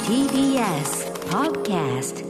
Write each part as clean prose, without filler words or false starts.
TBS Podcast。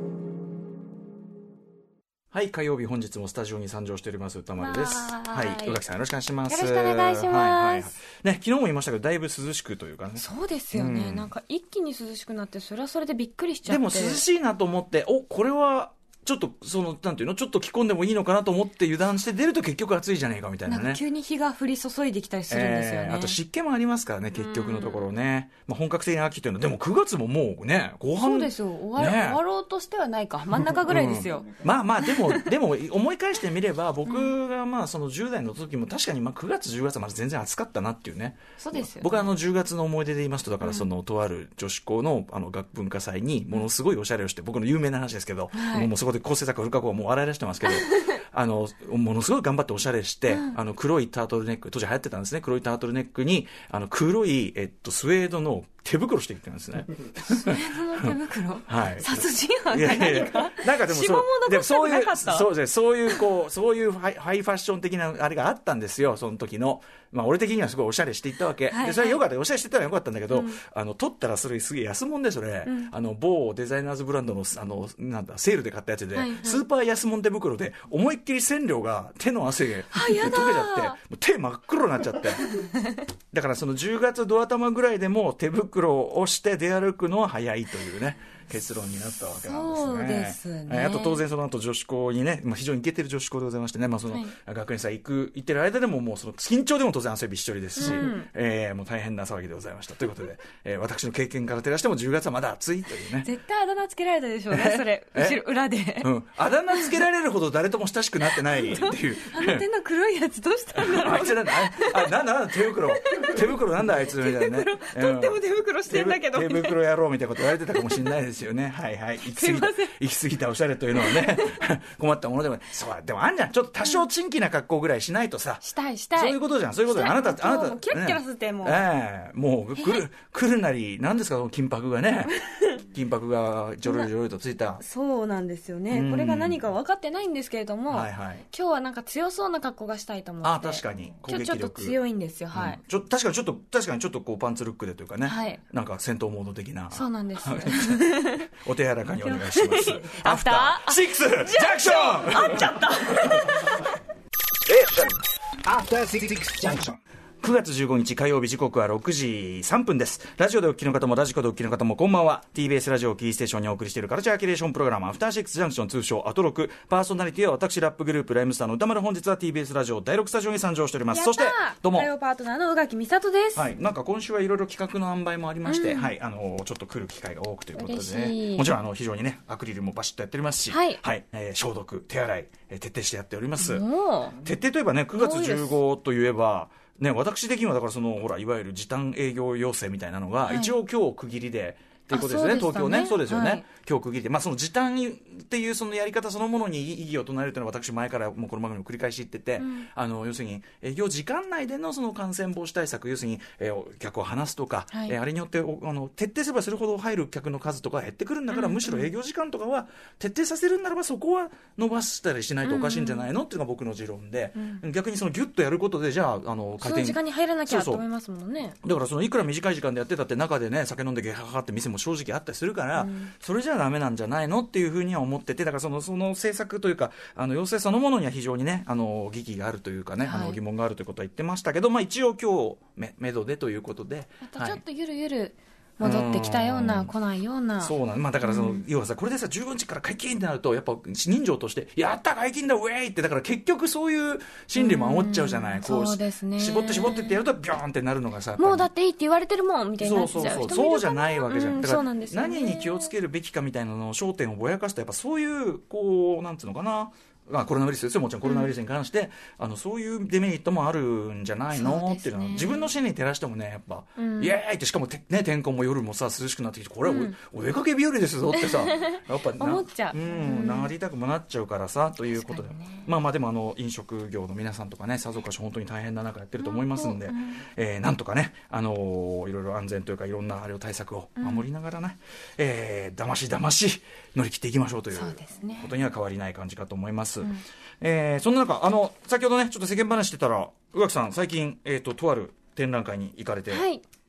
はい、火曜日本日もスタジオに参上しております歌丸です。はい、宇垣さんよろしくお願いします。 よろしくお願いします。 はいはい、ね、昨日も言いましたけどだいぶ涼しくというかね。 そうですよね、なんか一気に涼しくなってそれはそれでびっくりしちゃって。 でも涼しいなと思ってこれはちょっとなんていうのちょっと着込んでもいいのかなと思って油断して出ると結局暑いじゃねえかみたいなね。 なんか急に日が降り注いできたりするんですよね。 あと湿気もありますからね結局のところね、本格的な秋というのはでも9月ももうね後半。 そうですよ、終わろうとしてはないか、真ん中ぐらいですよ、 まあでも思い返してみれば僕がその10代の時も確かに9月10月はまだ全然暑かったなっていうね。 そうですよね。 僕は10月の思い出で言いますとだからとある女子校の学文化祭にものすごいおしゃれをして僕の有名な話ですけど、もうそこで構成作古川もう笑い出してますけどものすごい頑張っておしゃれして、黒いタートルネック当時流行ってたんですね。黒いタートルネックに黒い、スウェードの手袋してきてるんですね。 スウェードの手袋、はい、殺人犯か何か。 なんかでもそういうハイファッション的なあれがあったんですよその時の。俺的にはすごいおしゃれしていったわけ、でそれはよかった、おしゃれしてたらよかったんだけど、取ったらそれすげえ安物でそれ、某デザイナーズブランドのなんだセールで買ったやつで、スーパー安物手袋で思いっきり染料が手の汗で溶けちゃってもう手真っ黒になっちゃってだからその10月ドア玉ぐらいでも手袋をして出歩くのは早いというね結論になったわけなんですね。 そうですね。 あと当然その後女子校にね、非常にイケてる女子校でございましてね、その学園祭行ってる間でももうその緊張でも当然汗びっしょりですし、もう大変な騒ぎでございましたということで、私の経験から照らしても10月はまだ暑いというね。 絶対あだ名つけられたでしょうねそれ裏で、 あだ名つけられるほど誰とも親しくなってないっていう手の黒いやつどうしたんだろうあいつなんだ手袋なんだあいつみたいなねとっても手袋してんだけど手袋野郎みたいなこと言われてたかもしれないですよね。はいはい、行き過ぎたおしゃれというのはね困ったものでもそうでもあんじゃんちょっと多少チンキな格好ぐらいしないとさ、 したいそういうことじゃんそういうことじゃん。あなたキラッキラしててもう来るなり何ですかその金箔がね金箔がジョロジョロとついたそうなんですよね、これが何か分かってないんですけれども、今日はなんか強そうな格好がしたいと思って。 確かに今日ちょっと強いんですよ、はい、 確かにちょっとこうパンツルックでというかね、なんか戦闘モード的な。 そうなんですお手柔らかにお願いしますアフターシックスジャンクションあっちゃったアフターシックスジャンクション9月15日火曜日時刻は6時3分です。ラジオでお聞きの方もラジコでお聞きの方もこんばんは。 TBS ラジオキーステーションにお送りしているカルチャーキュレーションプログラムアフターシックスジャンクション通称アトロク。パーソナリティは私ラップグループライムスターの歌丸。本日は TBS ラジオ第6スタジオに参上しております。そしてどうも火曜パートナーの宇垣美里です。 はい、なんか今週はいろいろ企画の塩梅もありまして、はい、ちょっと来る機会が多くということでね、もちろん非常にねアクリルもバシッとやっておりますし、はい消毒手洗い、徹底してやっております。徹底といえばね9月15といえばね、私的にはだからほらいわゆる時短営業要請みたいなのが、一応今日区切りでということですね。東京ね、そうですよね、今日区切りで、その時短っていうそのやり方そのものに異議を唱えるというのは私前からもうこの番組を繰り返し言ってて、要するに営業時間内でのその感染防止対策、要するに、客を離すとか、あれによって徹底すればするほど入る客の数とか減ってくるんだから、むしろ営業時間とかは徹底させるんならばそこは伸ばしたりしないとおかしいんじゃないのっていうのが僕の持論で、逆にそのギュッとやることでじゃあその時間に入らなきゃと思いますもんね。 だからいくら短い時間でやってたって中でね酒飲んでゲハハって店も正直あったりするから、それじゃダメなんじゃないのっていうふうには思ってて、だからその政策というか要請そのものには非常にね疑義があるというかね、疑問があるということは言ってましたけど、一応今日めどでということでまたちょっとゆるゆる戻ってきたような来ないような。 そうなん、だから要はさこれでさ15日から解禁ってなるとやっぱ人情としてやった解禁だウェイって、だから結局そういう心理も煽っちゃうじゃない。 そうですね、 絞ってってやるとビョーンってなるのがさ、 もうだっていいって言われてるもんみたいになっちゃう人もいるから。 そうじゃないわけじゃん。だから何に気をつけるべきかみたいなのを焦点をぼやかすとやっぱそういうなんつうのかな、コロナウイルスですよ、もちろんコロナウイルスに関して、そういうデメリットもあるんじゃないの、っていうのは自分の心理に照らしてもねやっぱ、イエーイってしかもね天候も夜もさ涼しくなってきてこれはお出かけ日和ですぞってさやっぱ思っちゃう、 なりたくもなっちゃうからさということで、でも飲食業の皆さんとかねさぞかし本当に大変な中やってると思いますんで、なんとかねいろいろ安全というかいろんなあれを対策を守りながらね、だまし乗り切っていきましょうということには変わりない感じかと思います。そんな中先ほどねちょっと世間話してたら宇垣さん最近、とある展覧会に行かれて、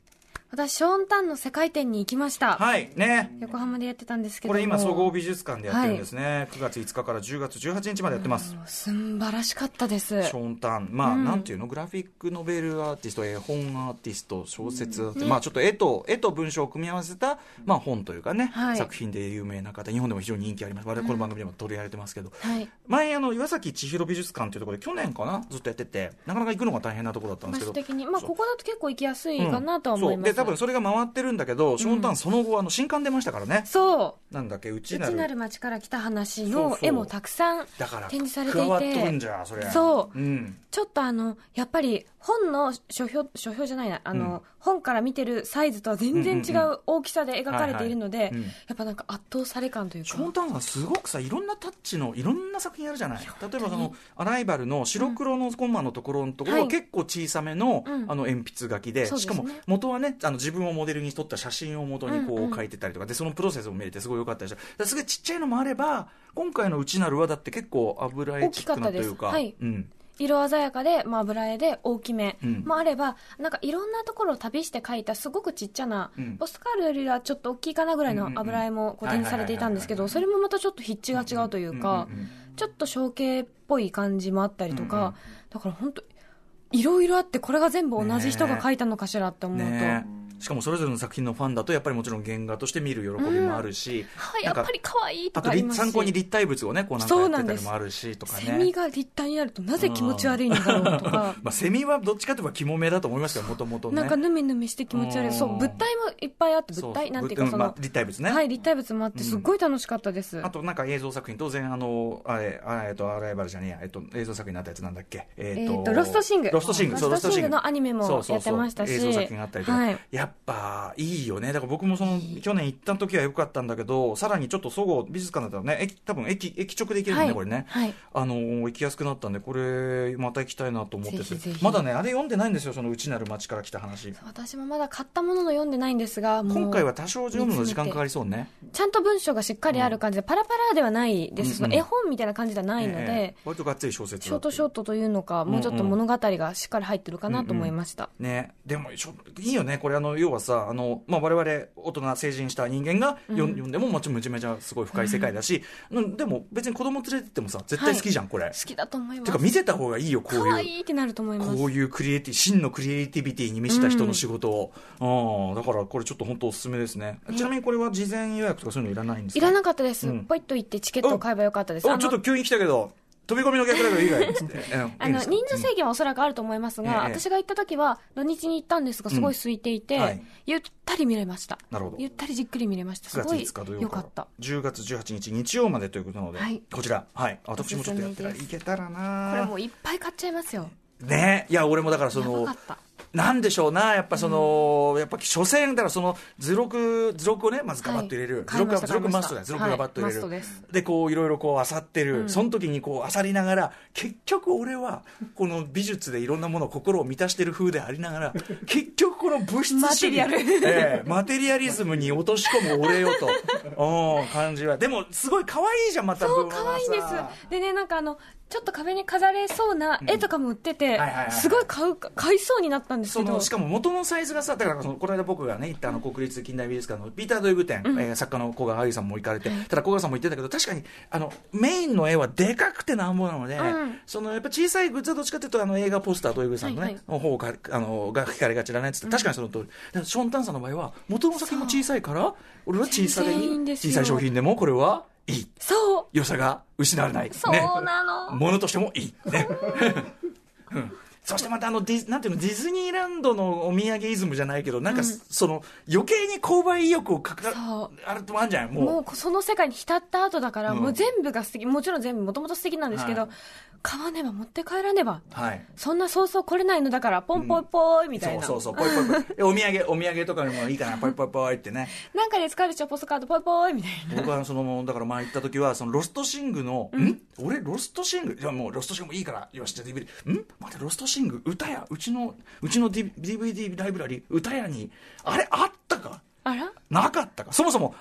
私ショーンタンの世界展に行きました。 はいね、 横浜でやってたんですけども、 これ今総合美術館でやってるんですね、はい、9月5日から10月18日までやってます。 素晴らしかったです。 ショーンタン、まあ、なんていうの、グラフィックノベルアーティスト、絵本アーティスト、小説アーティスト、まあちょっと絵と文章を組み合わせた、まあ、本というかね、はい、作品で有名な方、日本でも非常に人気あります。我々この番組でも取り上げてますけど、はい、前岩崎千尋美術館というところで去年かなずっとやってて、なかなか行くのが大変なところだったんですけど、 場所的に、まあ、ここだと結構行きやすいかなとは思います。 で多分それが回ってるんだけど、ショーンタンその後新刊出ましたからね。 そうなんだっけ、 内なる町から来た話の絵もたくさん展示されていて、加わっとるんじゃそれ。そう、ちょっとやっぱり本の書評じゃないな、本から見てるサイズとは全然違う大きさで描かれているので、やっぱなんか圧倒され感というか、 ショーンタンはすごくさ、いろんなタッチのいろんな作品やるじゃない。例えばアライバルの白黒のコマのところは結構小さめの、鉛筆書きで、しかも元はね、自分をモデルに撮った写真を元にこう描いてたりとかで、そのプロセスを見れてすごい良かったでしょ。すごいちっちゃいのもあれば、今回の内なるはだって結構油絵チックなというか、 色鮮やかで、まあ、油絵で大きめもあれば、なんかいろんなところを旅して描いたすごくちっちゃな、ポストカードよりはちょっと大きいかなぐらいの油絵もこう展示されていたんですけど、それもまたちょっと筆致が違うというか、ちょっと象形っぽい感じもあったりとか、だから本当いろいろあって、これが全部同じ人が描いたのかしらって思うと、 しかもそれぞれの作品のファンだとやっぱりもちろん原画として見る喜びもあるし、 やっぱり可愛いとかありますし、 あと参考に立体物をねこうなんかやってたりもあるしとかね。 セミが立体になるとなぜ気持ち悪いんだろうとかまあセミはどっちかといえば肝めだと思いますけど、もともとねなんかヌメヌメして気持ち悪い。そう物体もいっぱいあって、物体なんていうかその、 立体物ね、 はい、立体物もあってすごい楽しかったです。 あとなんか映像作品、当然アライバルじゃねえや、映像作品になったやつなんだっけ、 ロストシングのアニメもやってましたし、 映像作品があったりとか、やっぱいいよね。だから僕も去年行った時は良かったんだけど、さらにちょっと総合美術館だったらね、多分駅直で行けるんでね、これね、行きやすくなったんで、これまた行きたいなと思ってて、まだねあれ読んでないんですよ、その内なる町から来た話。 私もまだ買ったものの読んでないんですが、 今回は多少読むの時間かかりそうね。 ちゃんと文章がしっかりある感じで、パラパラではないです。その絵本みたいな感じではないので、 割とがっつり小説、 ショートというのか、もうちょっと物語がしっかり入ってるかなと思いました。 ね、でもいいよねこれ。要はさ、まあ、我々大人成人した人間が読んでももちろんめちゃめちゃすごい深い世界だし、でも別に子供連れてってもさ絶対好きじゃん、これ。 好きだと思います。 てか見せた方がいいよ、こういう可愛いってなると思います。 こういう真のクリエイティビティに満ちた人の仕事を、だからこれちょっと本当おすすめですね。ちなみにこれは事前予約とかそういうのいらないんですか？ いらなかったです。ポイッと行ってチケットを買えばよかったです。 ちょっと急に来たけど飛び込みの客だからいいがいっつって人数制限はおそらくあると思いますが、私が行った時は土日に行ったんですが、すごい空いていて、ゆったり見れました。 なるほど。 ゆったりじっくり見れました。すごい良かった。 10月18日日曜までということなので、こちら、私もちょっとやっていけたらな。 これもういっぱい買っちゃいますよね。いや俺もだからなんでしょうな、やっぱやっぱ所詮だから図録をねまずガバッと入れる、図録マストだよ、図録ガバッと入れる、でこういろいろこう漁ってる、その時にこう漁りながら、結局俺はこの美術でいろんなもの心を満たしてる風でありながら、結局この物質主義マテリアリズムに落とし込む俺よと感じは。でもすごい可愛いじゃん、またそう可愛いです。でね、なんかちょっと壁に飾れそうな絵とかも売ってて、すごい買いそうになったんですけど、 しかも元のサイズがさ、だからこの間僕がね行った国立近代美術館のピーター・ドイグ展、作家の古賀愛さんも行かれて、ただ古賀さんも言ってたけど、確かにメインの絵はでかくてなんぼなので、やっぱ小さいグッズはどっちかというと映画ポスタードイグさんのね、の方が惹かれがちだねっつって、確かにその通り。ショーンタンさんの場合は元の作品も小さいから、俺は小さい商品でもこれはいい。 そう。 良さが失われない。 そうなの。 ものとしてもいい。ね。そしてまたなんていうの、ディズニーランドのお土産イズムじゃないけど、なんか余計に購買意欲をあるともあるんじゃない？ もうその世界に浸った後だから、もう全部が素敵、もちろん全部もともと素敵なんですけど、買わねば持って帰らねば、そんなそうそう来れないのだからポンポイポイみたいな、 そうポイポイポイお土産とかにもいいかな、ポイポイポイってね、 なんかで使うでしょポストカードポイポイみたいな。 僕はだから前行った時はロストシングの俺ロストシング、じゃあもうロストシングもいいからよし、じゃあ DVD 待って、ロストシング歌やうちの DVD ライブラリー歌やにあれあったか、 あらなかったか、そもそもあった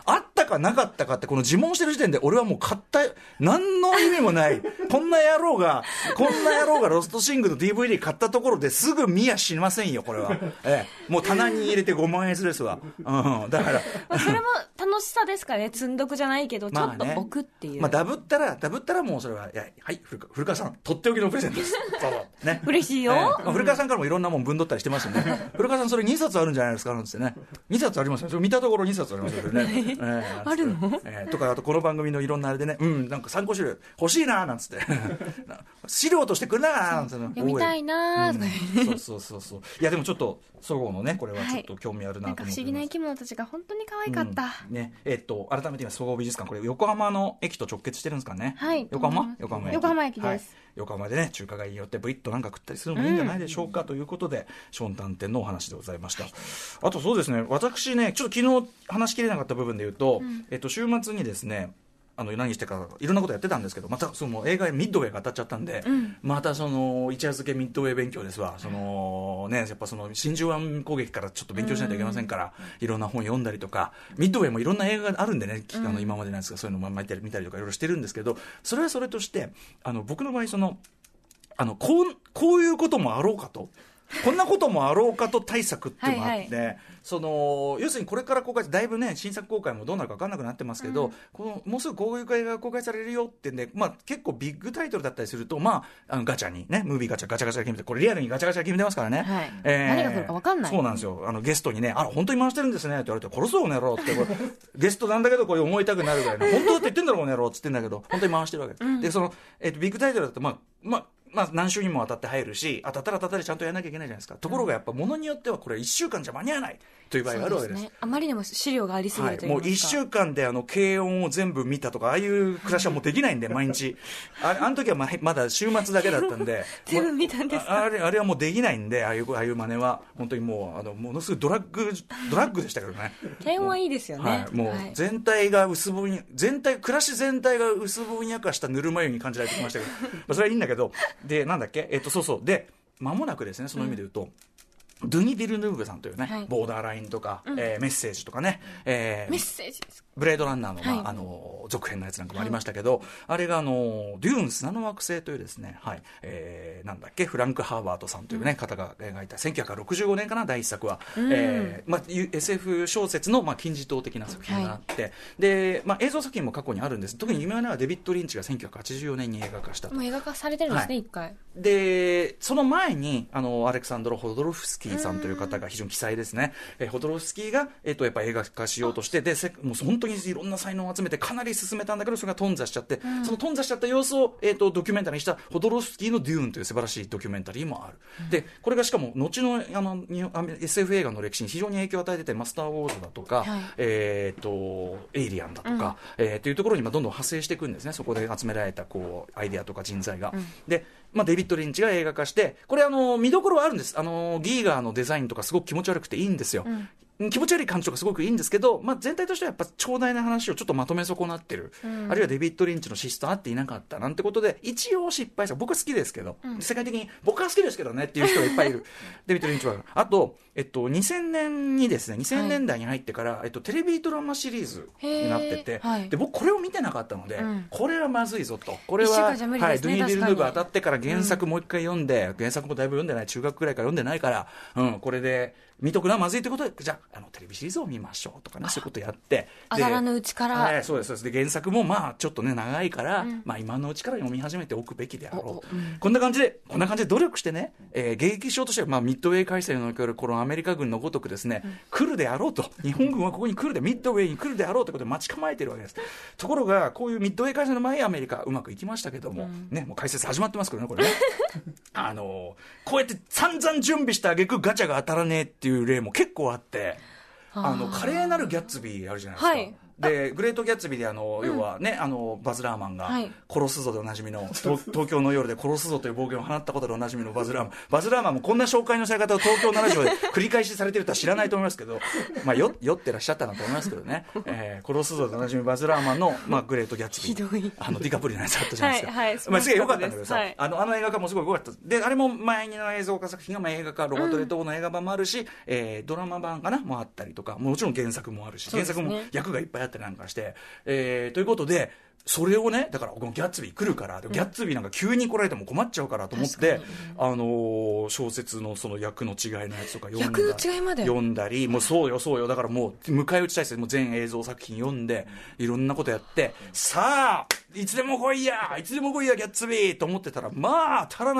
かなかったかってこの自問してる時点で俺はもう買った何の意味もないこんな野郎がロストシングの DVD 買ったところですぐ見やしませんよこれは、もう棚に入れて5万円ですわ、だからそれも楽しさですかね、積んどくじゃないけどちょっと置くっていう、 ダブったらもうそれははい古川さんとっておきのプレゼントですね、 嬉しいよ、 古川さんからもいろんなもん分取ったりしてますよね古川さんそれ2冊あるんじゃないですかなんつってね、2冊ありますよ、それ見たところ2冊ありますよねあるの、 とかあとこの番組のいろんなあれでね、なんか参考資料欲しいななんつって資料としてくれななんつって読みたいなとか、 そういやでもちょっとそごうのねこれはちょっと興味あるなと思ってます、なんか不思議な生き物たちが本当に可愛かった、 ね、改めて今総合美術館これ横浜の駅と直結してるんですかね、 はい、 横浜駅です、 横浜でね中華街によってブイッとなんか食ったりするのもいいんじゃないでしょうか、ということでショーン探偵のお話でございました、あとそうですね、私ねちょっと昨日話しきれなかった部分で言うと、週末にですね何してかいろんなことやってたんですけど、またその映画ミッドウェイが当たっちゃったんで、またその一夜漬けミッドウェイ勉強ですわ、そのねやっぱその真珠湾攻撃からちょっと勉強しないといけませんから、いろんな本読んだりとか、ミッドウェイもいろんな映画があるんでね、今までなんですがそういうのも見たりとかいろいろしてるんですけど、それはそれとして僕の場合こういうこともあろうかとこんなこともあろうかと対策っていうのがあって、要するにこれから公開だいぶね新作公開もどうなるか分かんなくなってますけど、もうすぐこういう映画が公開されるよってんで、結構ビッグタイトルだったりすると、ガチャにねムービーガチャガチャ決めて、これリアルにガチャガチャ決めてますからね、 何が来るか分かんない、 そうなんですよ、ゲストにね本当に回してるんですねって言われて殺そうねやろってゲストなんだけどこれ思いたくなるぐらいの本当だって言ってんだろうねやろって言ってんだけど本当に回してるわけです、でビッグタイトルだと何週にも当たって入るし、当たったら当たったらちゃんとやらなきゃいけないじゃないですか。ところがやっぱ物によってはこれ1週間じゃ間に合わないという場合があるわけです。 あまりにも資料がありすぎるというか、 もう1週間で軽音を全部見たとかああいう暮らしはもうできないんで毎日あの時はまだ週末だけだったんで全部見たんですか。 あれはもうできないんで、ああいう真似は本当にもうものすごいドラッグでしたけどね。 軽音はいいですよね。 もう全体が薄ぼんや暮らし全体が薄ぼんやかしたぬるま湯に感じられてきましたけどそれはいいんだけど、でなんだっけそうで間もなくですね、その意味で言うと、ドゥニ・ヴィルヌーヴさんというね、ボーダーラインとか、メッセージとかね、 メッセージですか、 ブレードランナーの、続編のやつなんかもありましたけど、あれがデューン砂の惑星というですね、なんだっけフランク・ハーバートさんというね、方が描いた1965年かな第一作は、SF 小説の、金字塔的な作品があって、で、映像作品も過去にあるんです。特に有名なのはデビッド・リンチが1984年に映画化したと。 もう映画化されてるんですね、一回。 でその前にアレクサンドロ・ホドロフスキーさんという方が非常に奇才ですね、ホドロフスキーが、やっぱ映画化しようとして、でもう本当にいろんな才能を集めてかなり進めたんだけど、それが頓挫しちゃって、その頓挫しちゃった様子を、ドキュメンタリーにしたホドロフスキーのデューンという素晴らしいドキュメンタリーもある、でこれがしかも後のSF 映画の歴史に非常に影響を与えてて、マスター・ウォーズだとか、エイリアンだとか、というところにどんどん派生していくんですね。そこで集められたアイデアとか人材が、でデビッド・リンチが映画化して、これ見どころはあるんです。ギーガーのデザインとかすごく気持ち悪くていいんですよ、気持ち悪い感情がすごくいいんですけど、全体としてはやっぱ長大な話をちょっとまとめ損なってる、あるいはデビッド・リンチの資質と合っていなかったなんてことで一応失敗した。僕は好きですけど、世界的に僕は好きですけどねっていう人がいっぱいいるデビッド・リンチは。あと、2000年にですね、2000年代に入ってから、テレビドラマシリーズになってて、で僕これを見てなかったので、これはまずいぞと、これは、ドゥニー・ヴィルヌーヴ当たってから原作もう一回読んで、原作もだいぶ読んでない、中学くらいから読んでないから、これで見とくのはまずいということで、じゃあテレビシリーズを見ましょうとかね、そういうことやって、 あがらぬうちから、 そうですで原作もちょっとね長いから、今のうちから読み始めておくべきであろう、こんな感じで努力してね、迎撃しようとしては、ミッドウェー海戦のこのアメリカ軍のごとくですね、来るであろうと、日本軍はここに来るで、ミッドウェーに来るであろうということで待ち構えているわけです。ところがこういうミッドウェー海戦の前アメリカうまくいきましたけども、もう解説始まってますけどね、これねこうやって散々準備した挙句ガチャが当たらねえっていう例も結構あって、華麗なるギャッツビーあるじゃないですか、でグレート・ギャッツビーで要はね、バズ・ラーマンが殺すぞでおなじみの、東京の夜で殺すぞという暴言を放ったことでおなじみのバズ・ラーマンもこんな紹介のされ方を東京7条で繰り返しされてるとは知らないと思いますけど、酔ってらっしゃったなと思いますけどね、殺すぞでおなじみバズ・ラーマンの、グレート・ギャッツビー、ディカプリのやつあったじゃないですか、すげえ良かったんだけどさ、あの映画化もすごい良かったで、あれも前の映像化作品が映画化、ロバート・レトーの映画版もあるし、ドラマ版かなもあったりとか、もちろん原作もあるし、原作も役がいっぱいあったりなんかして、ということでそれをね、だからこのギャッツビー来るから、ギャッツビーなんか急に来られても困っちゃうからと思って、小説のその役の違いのやつとか読んだり、もうそうよ、だからもう迎え撃ちたいですよ。もう全映像作品読んで、いろんなことやって、さあいつでも来いやギャッツビーと思ってたら、まあ当たらない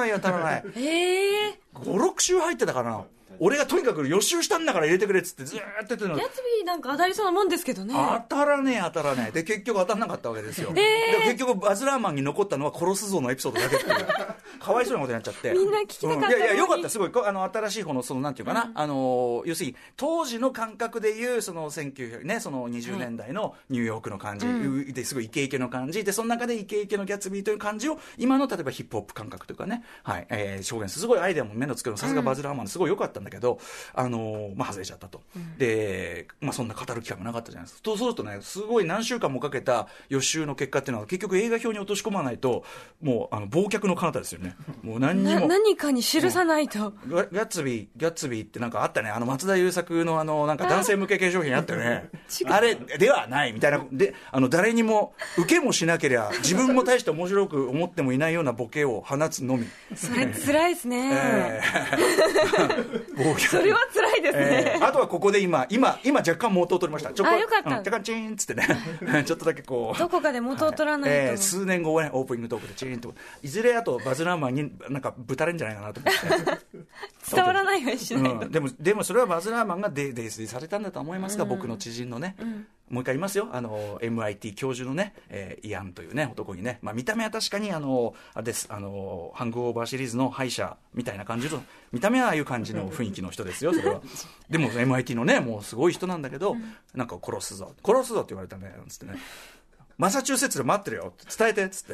。5、6週入ってたかな。俺がとにかく予習したんだから入れてくれっつってずーっとやってたの。 ギャッツビーなんか当たりそうなもんですけどね。 当たらねえで結局当たんなかったわけですよ。で結局バズ・ラーマンに残ったのは殺すぞのエピソードだけっていうかわいそうなことになっちゃって、 みんな聞きたかったのに、 いやよかった、すごい新しい方のそのなんていうかな、要するに当時の感覚でいうその1900ね、その20年代のニューヨークの感じ、ですごいイケイケの感じで、その中でイケイケのギャッツビーという感じを今の例えばヒップホップ感覚というかね、はい、表現すごいアイデアも目のつけるのさすがバズ・ラーマンすごい良かったんだけど、外れちゃったと、で、そんな語る機会もなかったじゃないですか。そうするとね、すごい何週間もかけた予習の結果っていうのは結局映画表に落とし込まないともう忘却の彼方ですよね。もう何かに記さないと、 ギャッツビーってなんかあったね、松田優作のなんか男性向け化粧品あったよねあれではないみたいなで、誰にも受けもしなければ自分も大して面白く思ってもいないようなボケを放つのみ。 それ辛いですね、それは辛いですね、 あとはここで今若干元を取りました。 よかった、 若干チーンっつってねちょっとだけこうどこかで元を取らないと、 数年後ねオープニングトークでチーンといずれあとバズ・ラーマンになんかぶたれんじゃないかなと思って伝わらないようにしないと、 でもそれはバズ・ラーマンが泥酔されたんだと思いますが、僕の知人のね、もう一回言いますよ、MIT 教授のね、イアンというね男にね、見た目は確かにあれですハングオーバーシリーズの敗者みたいな感じの見た目はああいう感じの雰囲気の人ですよそれはでも MIT のねもうすごい人なんだけど、なんか殺すぞって言われたねつってね、マサチューセッツで待ってるよって伝えてっつって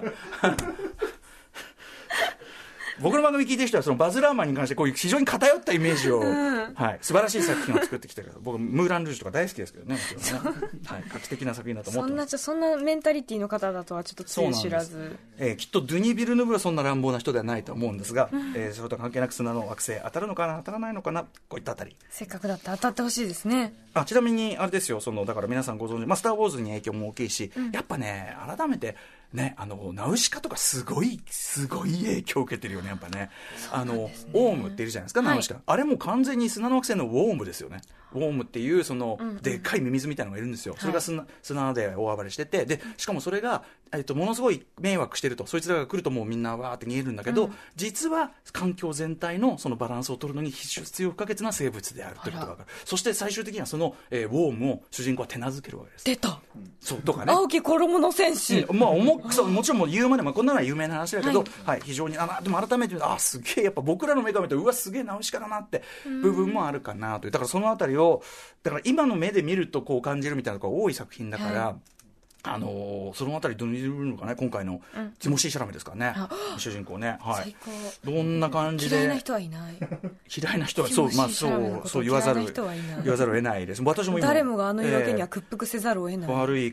僕の番組聞いてる人はそのバズ・ラーマンに関してこういう非常に偏ったイメージを、はい、素晴らしい作品を作ってきたけど、僕ムーラン・ルージュとか大好きですけどね、もちろんねはい、画期的な作品だと思ってます。 そんなメンタリティの方だとはちょっとつゆ知らず、 きっとドゥニ・ビルヌブはそんな乱暴な人ではないと思うんですが、それと関係なく砂の惑星当たるのかな当たらないのかな、こういったあたりせっかくだって当たってほしいですね。 ちなみにあれですよ、だから皆さんご存知、スター・ウォーズに影響も大きいし、やっぱね改めてね、ナウシカとかすごい影響を受けてるよね、やっぱね。オウムっているじゃないですか、ナウシカ、あれも完全に砂の惑星のウォームですよね。ウォームっていうでっかいミミズみたいなのがいるんですよ。それが砂で大暴れしてて、でしかもそれが、ものすごい迷惑してると、そいつらが来るともうみんなわーって逃げるんだけど、実は環境全体のそのバランスを取るのに必要不可欠な生物であるということが分かる。そして最終的にはその、ウォームを主人公は手なずけるわけです。 出た、 そうとかね、 青き衣の戦士、 もちろんもう言うまで、こんなのは有名な話だけど、はい、非常にでも改めてすげえやっぱ僕らの目が見てすげえナウシカだなって部分もあるかなという。だからそのあたりを今の目で見るとこう感じるみたいなのが多い作品だから、そのあたりどういうのかね、今回のティモシー・シャラメですからね、主人公ね、はい、どんな感じで嫌いな人はいない嫌いな人はそう言わざるを得ないです。私も今誰もがあの夜明けには屈服せざるを得ない、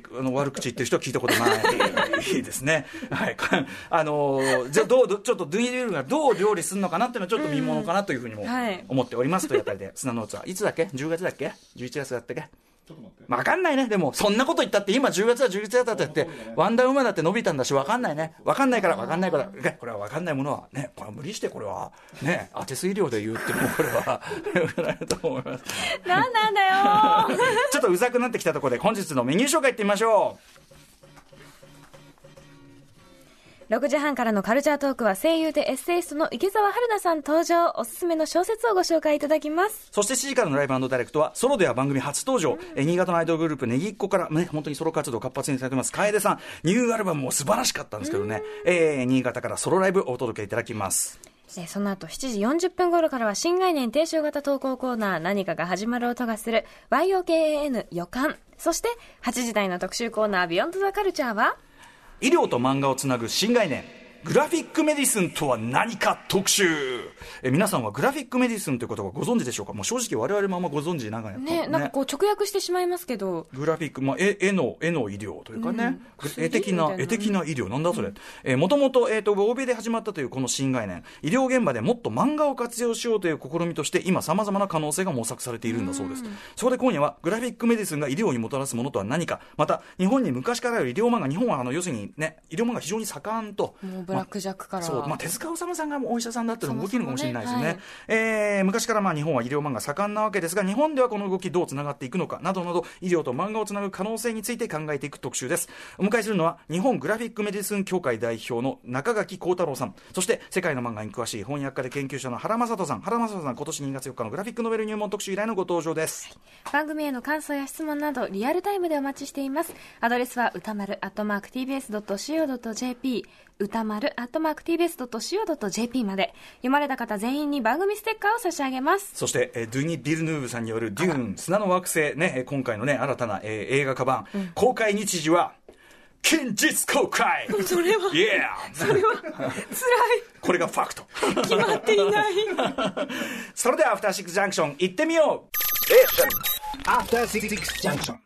悪口言ってる人は聞いたことないですねはいじゃあちょっとドゥニ・ルールがどう料理するのかなっていうのはちょっと見ものかなというふうにも思っておりますというあたりで、砂のツアーいつだっけ、10月だっけ、11月だったっけ、分かんないね。でもそんなこと言ったって今10月は11月だってワンダーウーマンだって伸びたんだし、分かんないね。分かんないからこれは分かんないものはね、これは無理してこれはね当て数量で言うってもこれはよくないと思います。 なんなんだよちょっとうざくなってきたところで本日のメニュー紹介いってみましょう。 6時半からのカルチャートークは声優でエッセイストの池澤春菜さん登場。おすすめの小説をご紹介いただきます。 そして7時からのライブ&ダイレクトはソロでは番組初登場、新潟のアイドルグループネギっ子からね、本当にソロ活動活発にされてます楓さん、ニューアルバムも素晴らしかったんですけどね、新潟からソロライブをお届けいただきます。 その後7時40分頃からは新概念提唱型投稿コーナー、何かが始まる音がする YOKAN 予感。そして8時台の特集コーナービヨンドザカルチャーは医療と漫画をつなぐ新概念グラフィックメディスンとは何か特集。皆さんはグラフィックメディスンということはご存知でしょうか。もう正直我々もあんまご存知ながらね、なんかこう直訳してしまいますけど、 グラフィック、絵の医療というかね、絵的な医療なんだそれ。もともと欧米で始まったというこの新概念、医療現場でもっと漫画を活用しようという試みとして今さまざまな可能性が模索されているんだそうです。そこで今夜はグラフィックメディスンが医療にもたらすものとは何か、また日本に昔からある医療漫画、日本は要するにね、医療漫画非常に盛んと、 もうブラックジャックから、 そう、手塚治虫さんがお医者さんだったのも大きいのかもしれないですね。はい、昔から日本は医療漫画盛んなわけですが、日本ではこの動きどうつながっていくのかなどなど、医療と漫画をつなぐ可能性について考えていく特集です。お迎えするのは日本グラフィックメディスン協会代表の中垣幸太郎さん、そして世界の漫画に詳しい翻訳家で研究者の原正人さん。原正人さん、今年2月4日のグラフィックノベル入門特集以来のご登場です。 番組への感想や質問などリアルタイムでお待ちしています。アドレスは歌丸@tbs.co.jp、歌丸@tbs.co.jp まで。読まれた方全員に番組ステッカーを差し上げます。 そしてドゥニ・ビルヌーブさんによるデューン砂の惑星ね、今回のね新たな、映画化版、公開日時は近日公開。 それは、それは辛い。 これがファクト。 決まっていない。 それではアフターシックスジャンクション行ってみよう。 アフターシックスジャンクション。